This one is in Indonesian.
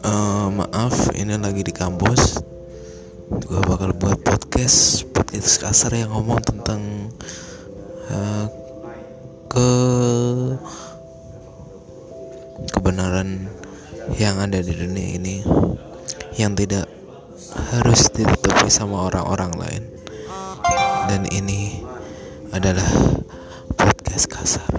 Maaf, ini lagi di kampus. Gue bakal buat podcast kasar yang ngomong tentang kebenaran yang ada di dunia ini, yang tidak harus ditutupi sama orang-orang lain. Dan ini adalah podcast kasar.